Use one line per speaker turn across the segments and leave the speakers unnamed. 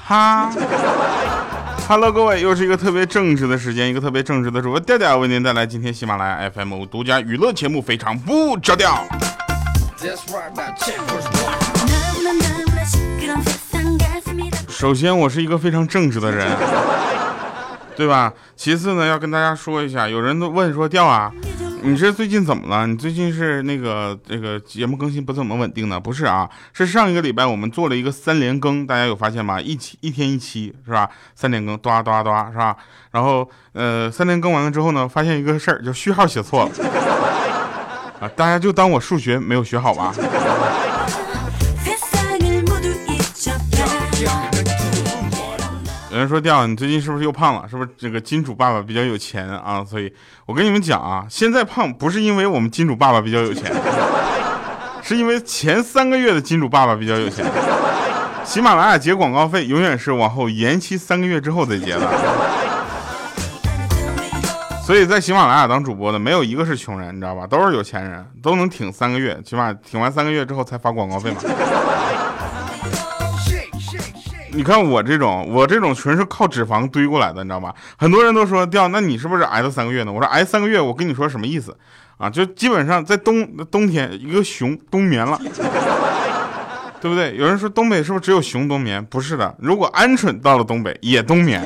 哈。Hello， 各位，又是一个特别正直的时间，一个特别正直的主播调调为您带来今天喜马拉雅 FM 独家娱乐节目，非常不着调。首先，我是一个非常正直的人，对吧？其次呢，要跟大家说一下，有人都问说调啊，你这最近怎么了？你最近是这个节目更新不怎么稳定呢？不是啊，是上一个礼拜我们做了一个3连更，大家有发现吗？一天一期是吧？3连更，抓是吧？然后3连更完了之后呢，发现一个事儿，就序号写错了啊，大家就当我数学没有学好吧。有人说调，你最近是不是又胖了？是不是这个金主爸爸比较有钱啊？所以我跟你们讲啊，现在胖不是因为我们金主爸爸比较有钱，是因为前3个月的金主爸爸比较有钱。喜马拉雅结广告费永远是往后延期3个月之后再结的。所以在喜马拉雅当主播的没有一个是穷人，你知道吧？都是有钱人，都能挺3个月，起码挺完3个月之后才发广告费嘛。你看我这种纯是靠脂肪堆过来的，你知道吗？很多人都说调，那你是不是挨了3个月呢？我说挨3个月，我跟你说什么意思啊？就基本上在冬天一个熊冬眠了，对不对？有人说东北是不是只有熊冬眠？不是的，如果鹌鹑到了东北也冬眠。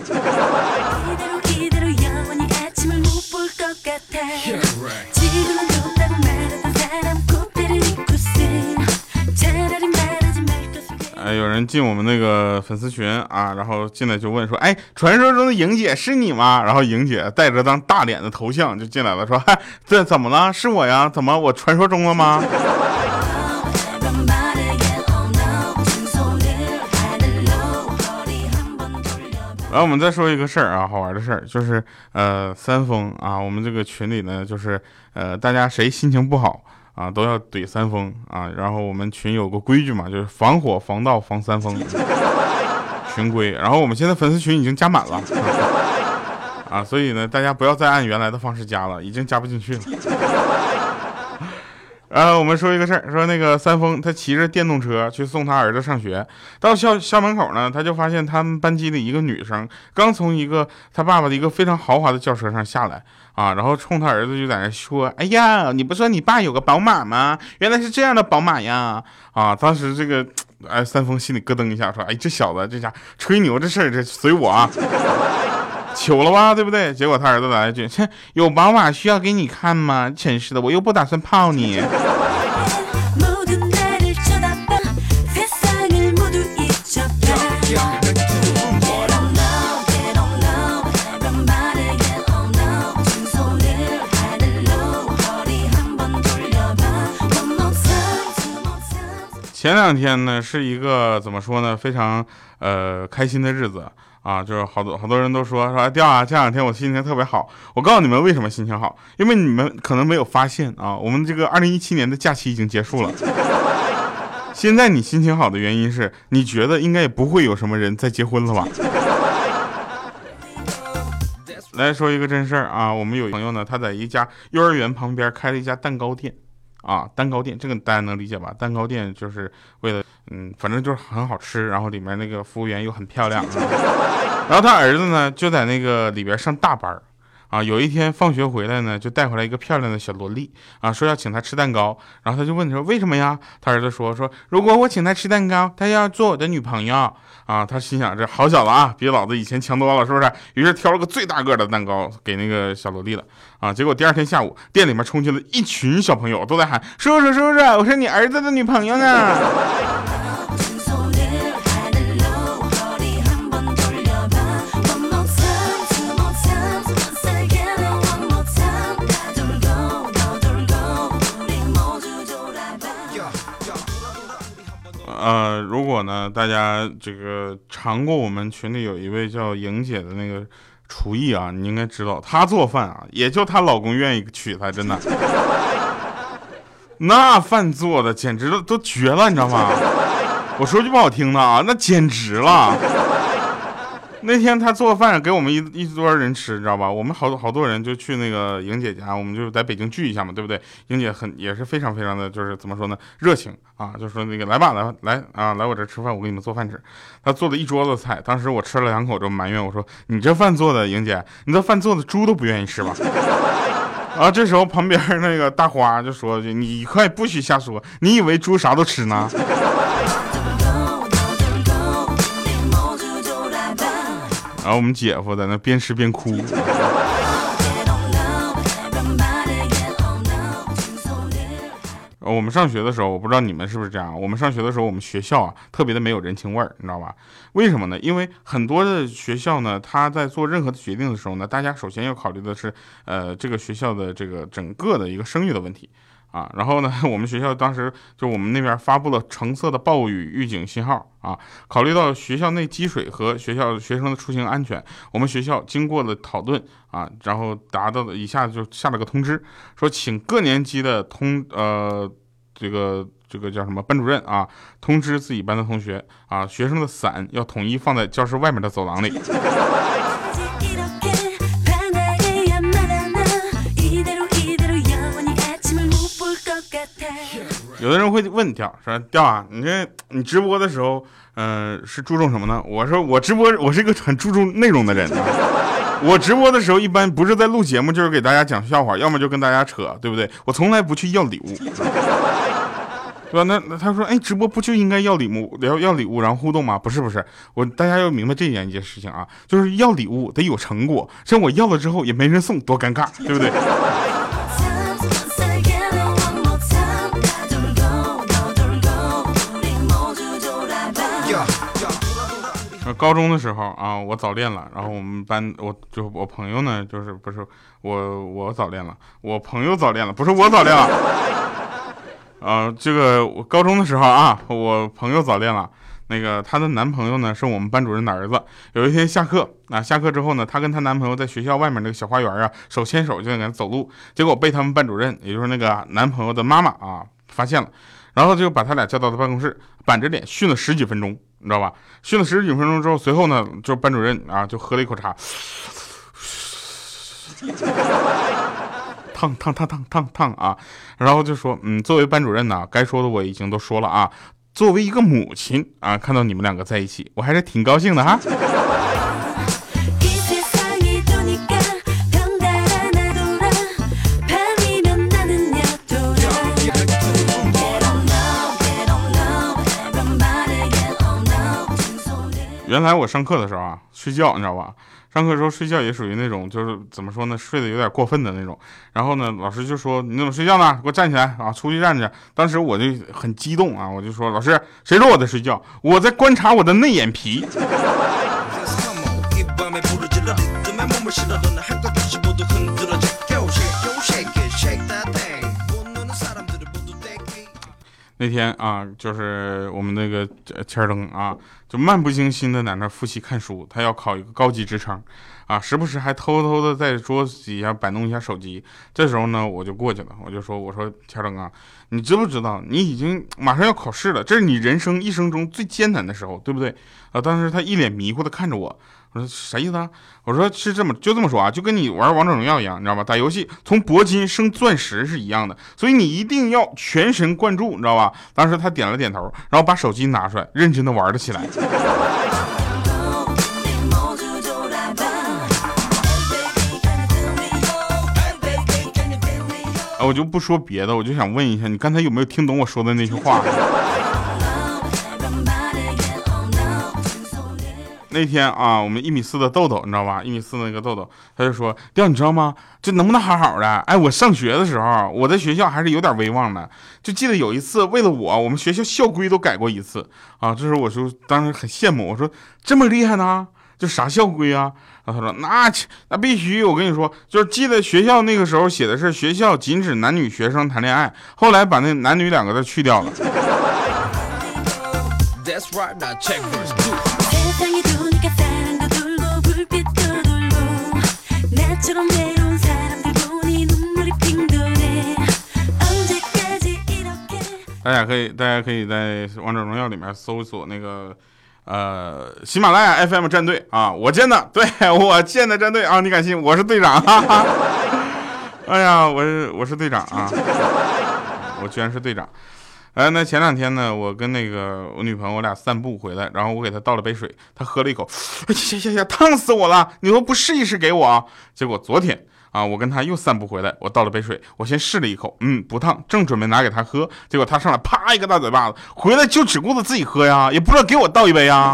有人进我们那个粉丝群啊，然后进来就问说，哎，传说中的莹姐是你吗？然后莹姐带着张大脸的头像就进来了，说，嗨，这怎么了？是我呀？怎么我传说中了吗？然后我们再说一个事儿啊，好玩的事儿，就是三丰啊，我们这个群里呢，就是大家谁心情不好啊，都要怼三丰啊。然后我们群有个规矩嘛，就是防火、防盗、防三丰群规。然后我们现在粉丝群已经加满了啊，所以呢，大家不要再按原来的方式加了，已经加不进去了。然后我们说一个事儿，说那个三丰他骑着电动车去送他儿子上学，到校门口呢，他就发现他们班级里一个女生刚从他爸爸的一个非常豪华的轿车上下来啊，然后冲他儿子就在那说，哎呀，你不说你爸有个宝马吗？原来是这样的宝马呀！啊，当时这个三丰心里咯噔一下，说，哎，这小子这家吹牛这事儿这随我啊。糗了吧，对不对？结果他儿子来一句，有宝马需要给你看吗？真是的，我又不打算泡你。前2天呢是一个怎么说呢，非常开心的日子啊，就是好多人都说调啊，这2天我心情特别好。我告诉你们为什么心情好，因为你们可能没有发现啊，我们这个2017年的假期已经结束了。现在你心情好的原因是你觉得应该也不会有什么人再结婚了吧。来说一个真事儿啊，我们有一个朋友呢，他在一家幼儿园旁边开了一家蛋糕店啊，蛋糕店这个大家能理解吧？蛋糕店就是为了反正就是很好吃，然后里面那个服务员又很漂亮，然后他儿子呢就在那个里边上大班啊，有一天放学回来呢，就带回来一个漂亮的小萝莉啊，说要请他吃蛋糕，然后他就问说为什么呀？他儿子说如果我请他吃蛋糕，他要做我的女朋友啊。他心想这好小子啊，比老子以前强多了，是不是？于是挑了个最大个的蛋糕给那个小萝莉了啊。结果第2天下午，店里面冲进了一群小朋友，都在喊叔叔，我是你儿子的女朋友呢。如果呢大家这个尝过我们群里有一位叫莹姐的那个厨艺啊，你应该知道她做饭啊，也就她老公愿意娶她，真的。那饭做的简直都绝了，你知道吗？我说句不好听的啊，那简直了。 那天他做饭给我们一桌人吃，知道吧？我们好多人就去那个莹姐家，我们就在北京聚一下嘛，对不对？莹姐也是非常非常的，就是怎么说呢，热情啊，就说那个来吧，来我这吃饭，我给你们做饭吃。他做了一桌子菜，当时我吃了2口就埋怨我说：“你这饭做的，莹姐，你这饭做的猪都不愿意吃吧？”然后这时候旁边那个大花就说：“你快不许瞎说，你以为猪啥都吃呢？”然后我们姐夫在那边吃边哭。我们上学的时候，我不知道你们是不是这样。我们上学的时候，我们学校啊特别的没有人情味儿，你知道吧？为什么呢？因为很多的学校呢，他在做任何的决定的时候呢，大家首先要考虑的是，这个学校的这个整个的一个声誉的问题。啊，然后呢，我们学校当时就我们那边发布了橙色的暴雨预警信号啊。考虑到学校内积水和学生的出行安全，我们学校经过了讨论啊，然后达到了一下就下了个通知，说请各年级的这个叫什么班主任啊，通知自己班的同学啊，学生的伞要统一放在教室外面的走廊里。有的人会问调说：“调啊，你直播的时候，是注重什么呢？”我说：“我直播，我是一个很注重内容的人。我直播的时候一般不是在录节目，就是给大家讲笑话，要么就跟大家扯，对不对？我从来不去要礼物，对吧？那他说，哎，直播不就应该要礼物，要礼物然后互动吗？不是，大家要明白这一件事情啊，就是要礼物得有成果，像我要了之后也没人送，多尴尬，对不对？”高中的时候啊，我早恋了，然后我们班我朋友呢，就是不是我早恋了，我朋友早恋了，不是我早恋了。这个我高中的时候啊，我朋友早恋了，那个她的男朋友呢是我们班主任的儿子。有一天下课之后呢，她跟她男朋友在学校外面那个小花园啊，手牵手就在那走路，结果被他们班主任，也就是那个男朋友的妈妈啊发现了，然后就把他俩叫到了办公室，板着脸训了10几分钟。你知道吧？训了10几分钟之后，随后呢，就班主任啊，就喝了一口茶，烫啊，然后就说，作为班主任呢，该说的我已经都说了啊。作为一个母亲啊，看到你们2个在一起，我还是挺高兴的哈。原来我上课的时候啊，睡觉你知道吧？上课的时候睡觉也属于那种，就是怎么说呢，睡得有点过分的那种。然后呢，老师就说：“你怎么睡觉呢？给我站起来啊，出去站着。”当时我就很激动啊，我就说：“老师，谁说我在睡觉？我在观察我的内眼皮。”那天啊，就是我们那个千灯啊，就漫不经心的在那复习看书，他要考一个高级职称啊，时不时还偷偷的在桌子底下摆弄一下手机。这时候呢，我就过去了，我说千灯啊，你知不知道你已经马上要考试了，这是你人生一生中最艰难的时候，对不对？啊，当时他一脸迷糊的看着我。我说啥意思啊？我说是这么说啊，就跟你玩王者荣耀一样，你知道吧？打游戏从铂金升钻石是一样的，所以你一定要全神贯注，你知道吧？当时他点了点头，然后把手机拿出来，认真的玩了起来。我就不说别的，我就想问一下，你刚才有没有听懂我说的那句话？那天啊，我们1.4米的豆豆，你知道吧？1.4米的那个豆豆，他就说：“调，你知道吗？这能不能好好的？哎，我上学的时候，我在学校还是有点威望的。就记得有一次，为了我们学校校规都改过一次啊。这时候我就当时很羡慕，我说这么厉害呢？就啥校规啊？然后他说那必须，我跟你说，就是记得学校那个时候写的是学校禁止男女学生谈恋爱，后来把那男女2个字去掉了。”大家可以在王者荣耀里面搜索那个喜马拉雅 FM 战队啊，我建的，对我建的战队啊，你敢信我是队长？哈哈。哎呀，我是队长啊，我居然是队长。那前2天呢，我跟那个我女朋友我俩散步回来，然后我给她倒了杯水，她喝了一口，呀，烫死我了！你都不试一试给我？结果昨天啊，我跟她又散步回来，我倒了杯水，我先试了一口，不烫，正准备拿给她喝，结果她上来啪一个大嘴巴子，回来就只顾着自己喝呀，也不知道给我倒一杯呀。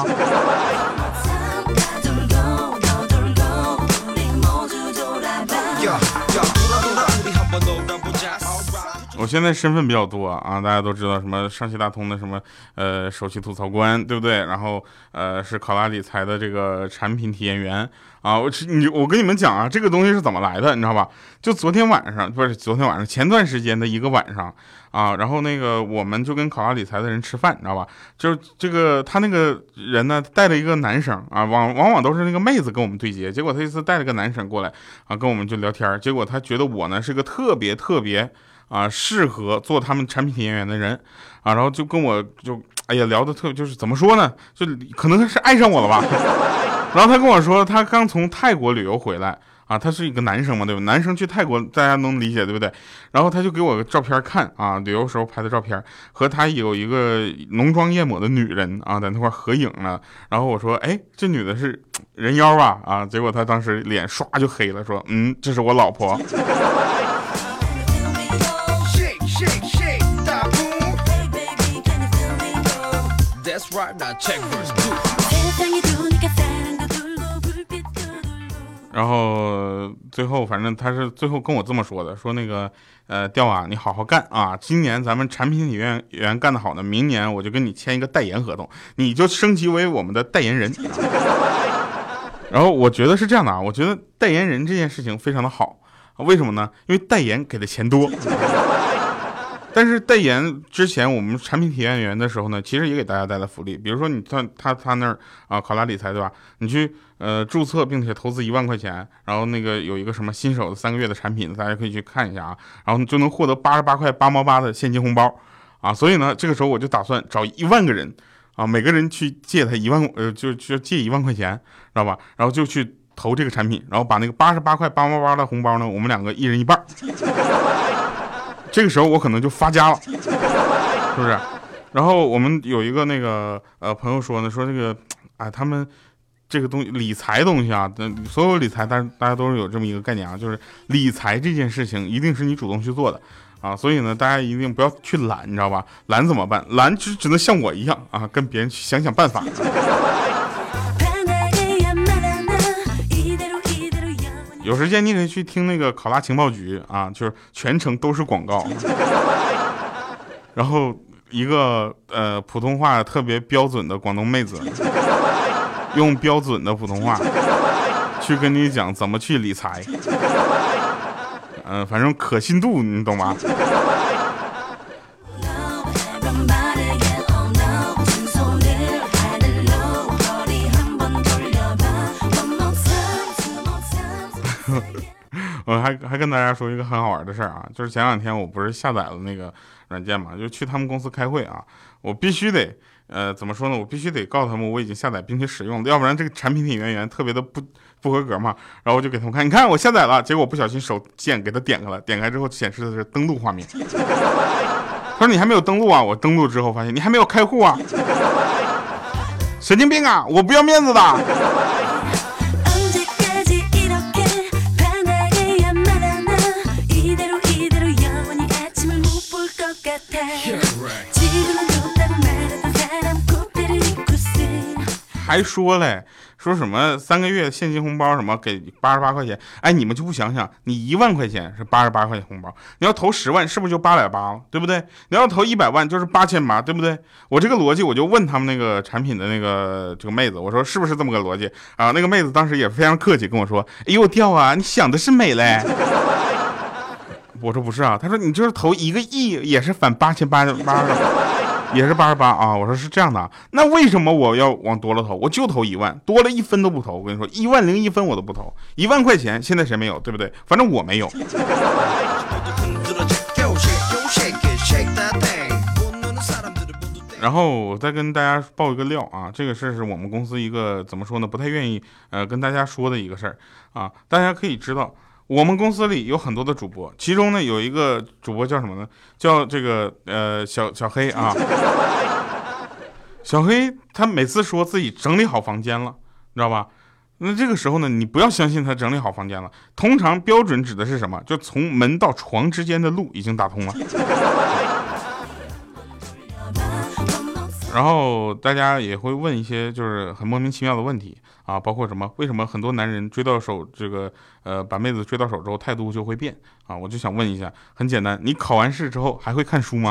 我现在身份比较多啊，大家都知道什么上汽大通的什么首席吐槽官，对不对？然后是考拉理财的这个产品体验员啊。我跟你们讲啊，这个东西是怎么来的，你知道吧？就昨天晚上，不是昨天晚上，前段时间的一个晚上啊，然后那个我们就跟考拉理财的人吃饭，你知道吧？就是这个他那个人呢带了一个男生啊，往往都是那个妹子跟我们对接，结果他这次带了个男生过来啊，跟我们就聊天，结果他觉得我呢是个特别适合做他们产品体验员的人啊，然后就跟我就哎呀聊的特别，就是怎么说呢，就可能是爱上我了吧。然后他跟我说他刚从泰国旅游回来啊，他是一个男生嘛，对吧？男生去泰国大家能理解对不对？然后他就给我个照片看啊，旅游时候拍的照片，和他有一个浓妆艳抹的女人啊在那块合影了。然后我说哎，这女的是人妖吧？啊，结果他当时脸唰就黑了，说这是我老婆。然后最后反正他是最后跟我这么说的，说那个调啊，你好好干啊，今年咱们产品体验员干得好呢，明年我就跟你签一个代言合同，你就升级为我们的代言人。然后我觉得是这样的啊，我觉得代言人这件事情非常的好，为什么呢？因为代言给的钱多。但是代言之前我们产品体验员的时候呢，其实也给大家带来福利，比如说你他那儿啊，考拉理财对吧？你去注册并且投资1万块钱，然后那个有一个什么新手的3个月的产品，大家可以去看一下啊，然后就能获得88块8毛8的现金红包啊。所以呢，这个时候我就打算找1万个人啊，每个人去借他就借1万块钱，知道吧？然后就去投这个产品，然后把那个88块8毛8的红包呢，我们2个一人1半。这个时候我可能就发家了，是不是？然后我们有一个那个朋友说呢，说这个他们这个东西理财东西啊，所有理财大家都是有这么一个概念啊，就是理财这件事情一定是你主动去做的啊，所以呢大家一定不要去懒，你知道吧？懒怎么办？懒只能像我一样啊，跟别人去想办法。有时间你可以去听那个考拉情报局啊，就是全程都是广告，然后一个普通话特别标准的广东妹子，用标准的普通话去跟你讲怎么去理财，反正可信度你懂吗？我还跟大家说一个很好玩的事儿啊，就是前2天我不是下载了那个软件嘛，就去他们公司开会啊，我必须得怎么说呢？我必须得告诉他们我已经下载并且使用了，要不然这个产品体验员特别的不合格嘛。然后我就给他们看，你看我下载了，结果我不小心手贱给他点开了，点开之后显示的是登录画面。他说你还没有登录啊？我登录之后发现你还没有开户啊！神经病啊！我不要面子的。还说嘞，说什么3个月现金红包什么给88块钱，哎，你们就不想想，你1万块钱是88块钱红包，你要投10万是不是就880了，对不对？你要投100万就是8800，对不对？我这个逻辑我就问他们那个产品的这个妹子，我说是不是这么个逻辑啊？那个妹子当时也非常客气跟我说，哎呦调啊，你想的是美嘞。我说不是啊，他说你就是投1个亿也是返8800，也是88啊。我说是这样的，那为什么我要往多了投？我就投1万，多了1分都不投。我跟你说，10001分我都不投，1万块钱现在谁没有，对不对？反正我没有。 然后我再跟大家爆一个料啊，这个事儿是我们公司一个怎么说呢，不太愿意跟大家说的一个事儿啊。大家可以知道，我们公司里有很多的主播，其中呢有一个主播叫什么呢？叫这个小黑啊。小黑他每次说自己整理好房间了，你知道吧？那这个时候呢，你不要相信他整理好房间了，通常标准指的是什么？就从门到床之间的路已经打通了。然后大家也会问一些就是很莫名其妙的问题啊，包括什么？为什么很多男人追到手这个把妹子追到手之后态度就会变啊？我就想问一下，很简单，你考完试之后还会看书吗？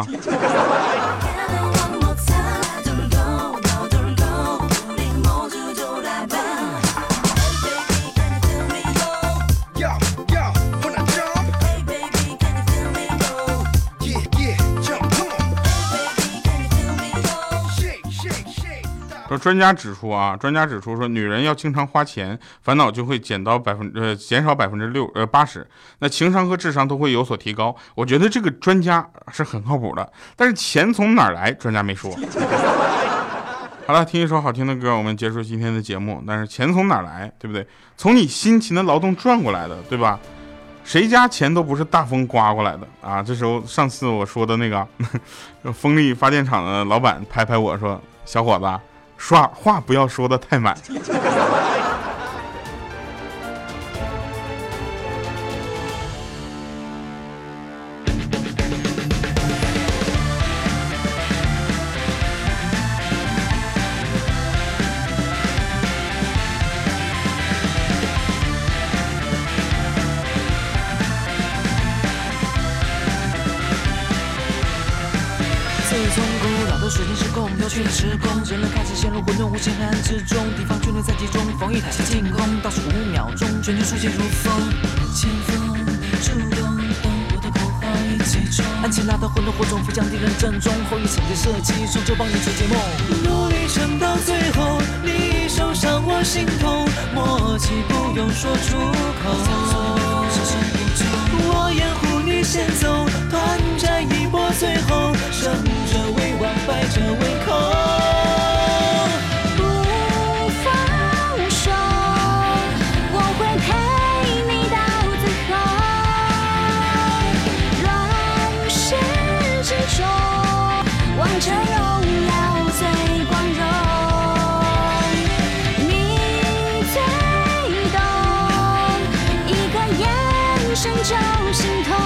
说专家指出说，女人要经常花钱，烦恼就会减少80%，那情商和智商都会有所提高。我觉得这个专家是很靠谱的，但是钱从哪儿来，专家没说。好了，听一首好听的歌，我们结束今天的节目。但是钱从哪儿来，对不对？从你辛勤的劳动赚过来的，对吧？谁家钱都不是大风刮过来的啊！这时候上次我说的那个风力发电厂的老板拍拍我说：“小伙子，话不要说的太满。”
从古老的水晶时空，有趣的时空，人类开始陷入混沌无限黑暗之中，敌方军队在集中，防御塔下进攻，倒数5秒钟，全球出现如风，前锋主动，等我的口号一起冲，安琪拉的混沌火种飞向敌人正中，后羿惩戒射击，双手帮你解解梦，努力撑到最后，你受伤我心痛，默契不用说出口，我掩护你先走，团战一波，最后胜者为王，败者为寇，
不放手，我会陪你到最后，乱世之中，王者荣耀最光荣，你最懂，一个眼神就心痛，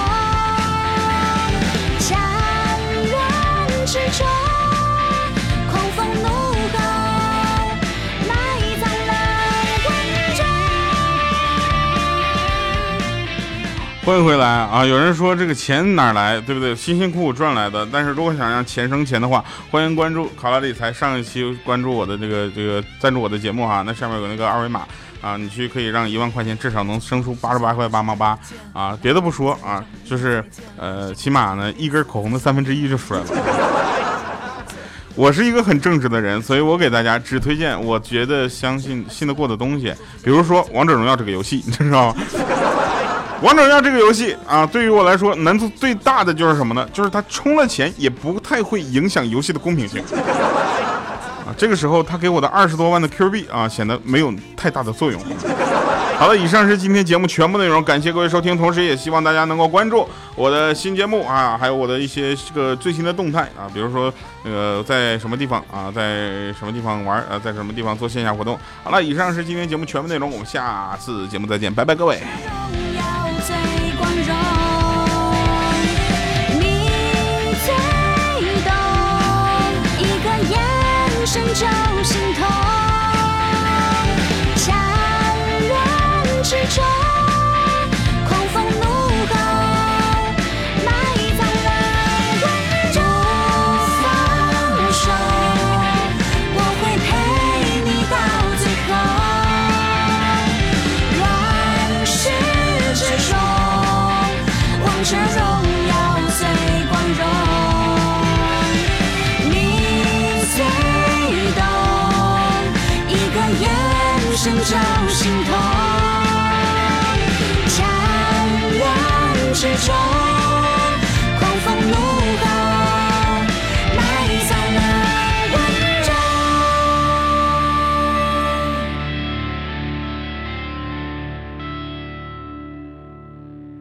战乱之中，狂风怒吼，埋葬了观众。
欢迎回来啊！有人说这个钱哪儿来，对不对？辛辛苦苦赚来的。但是如果想让钱生钱的话，欢迎关注考拉理财。上一期关注我的这个赞助我的节目哈，那上面有那个二维码啊，你去可以让1万块钱至少能生出88块8毛8啊！别的不说啊，就是起码呢一根口红的1/3就出来了。我是一个很正直的人，所以我给大家只推荐我觉得信得过的东西，比如说王者荣耀这个游戏，你知道吗？王者荣耀这个游戏啊，对于我来说难度最大的就是什么呢？就是它充了钱也不太会影响游戏的公平性啊。这个时候他给我的20多万的 Q 币啊，显得没有太大的作用。好了，以上是今天节目全部内容，感谢各位收听，同时也希望大家能够关注我的新节目啊，还有我的一些这个最新的动态啊，比如说在什么地方啊，在什么地方玩在什么地方做线下活动。好了，以上是今天节目全部内容，我们下次节目再见，拜拜各位。
最光荣，你最懂，一个眼神就心痛，战乱之中，狂风怒吼，埋葬了观众。不放手，我会陪你到最后，乱世之中，王者荣耀最光荣，你最懂，一个眼神就心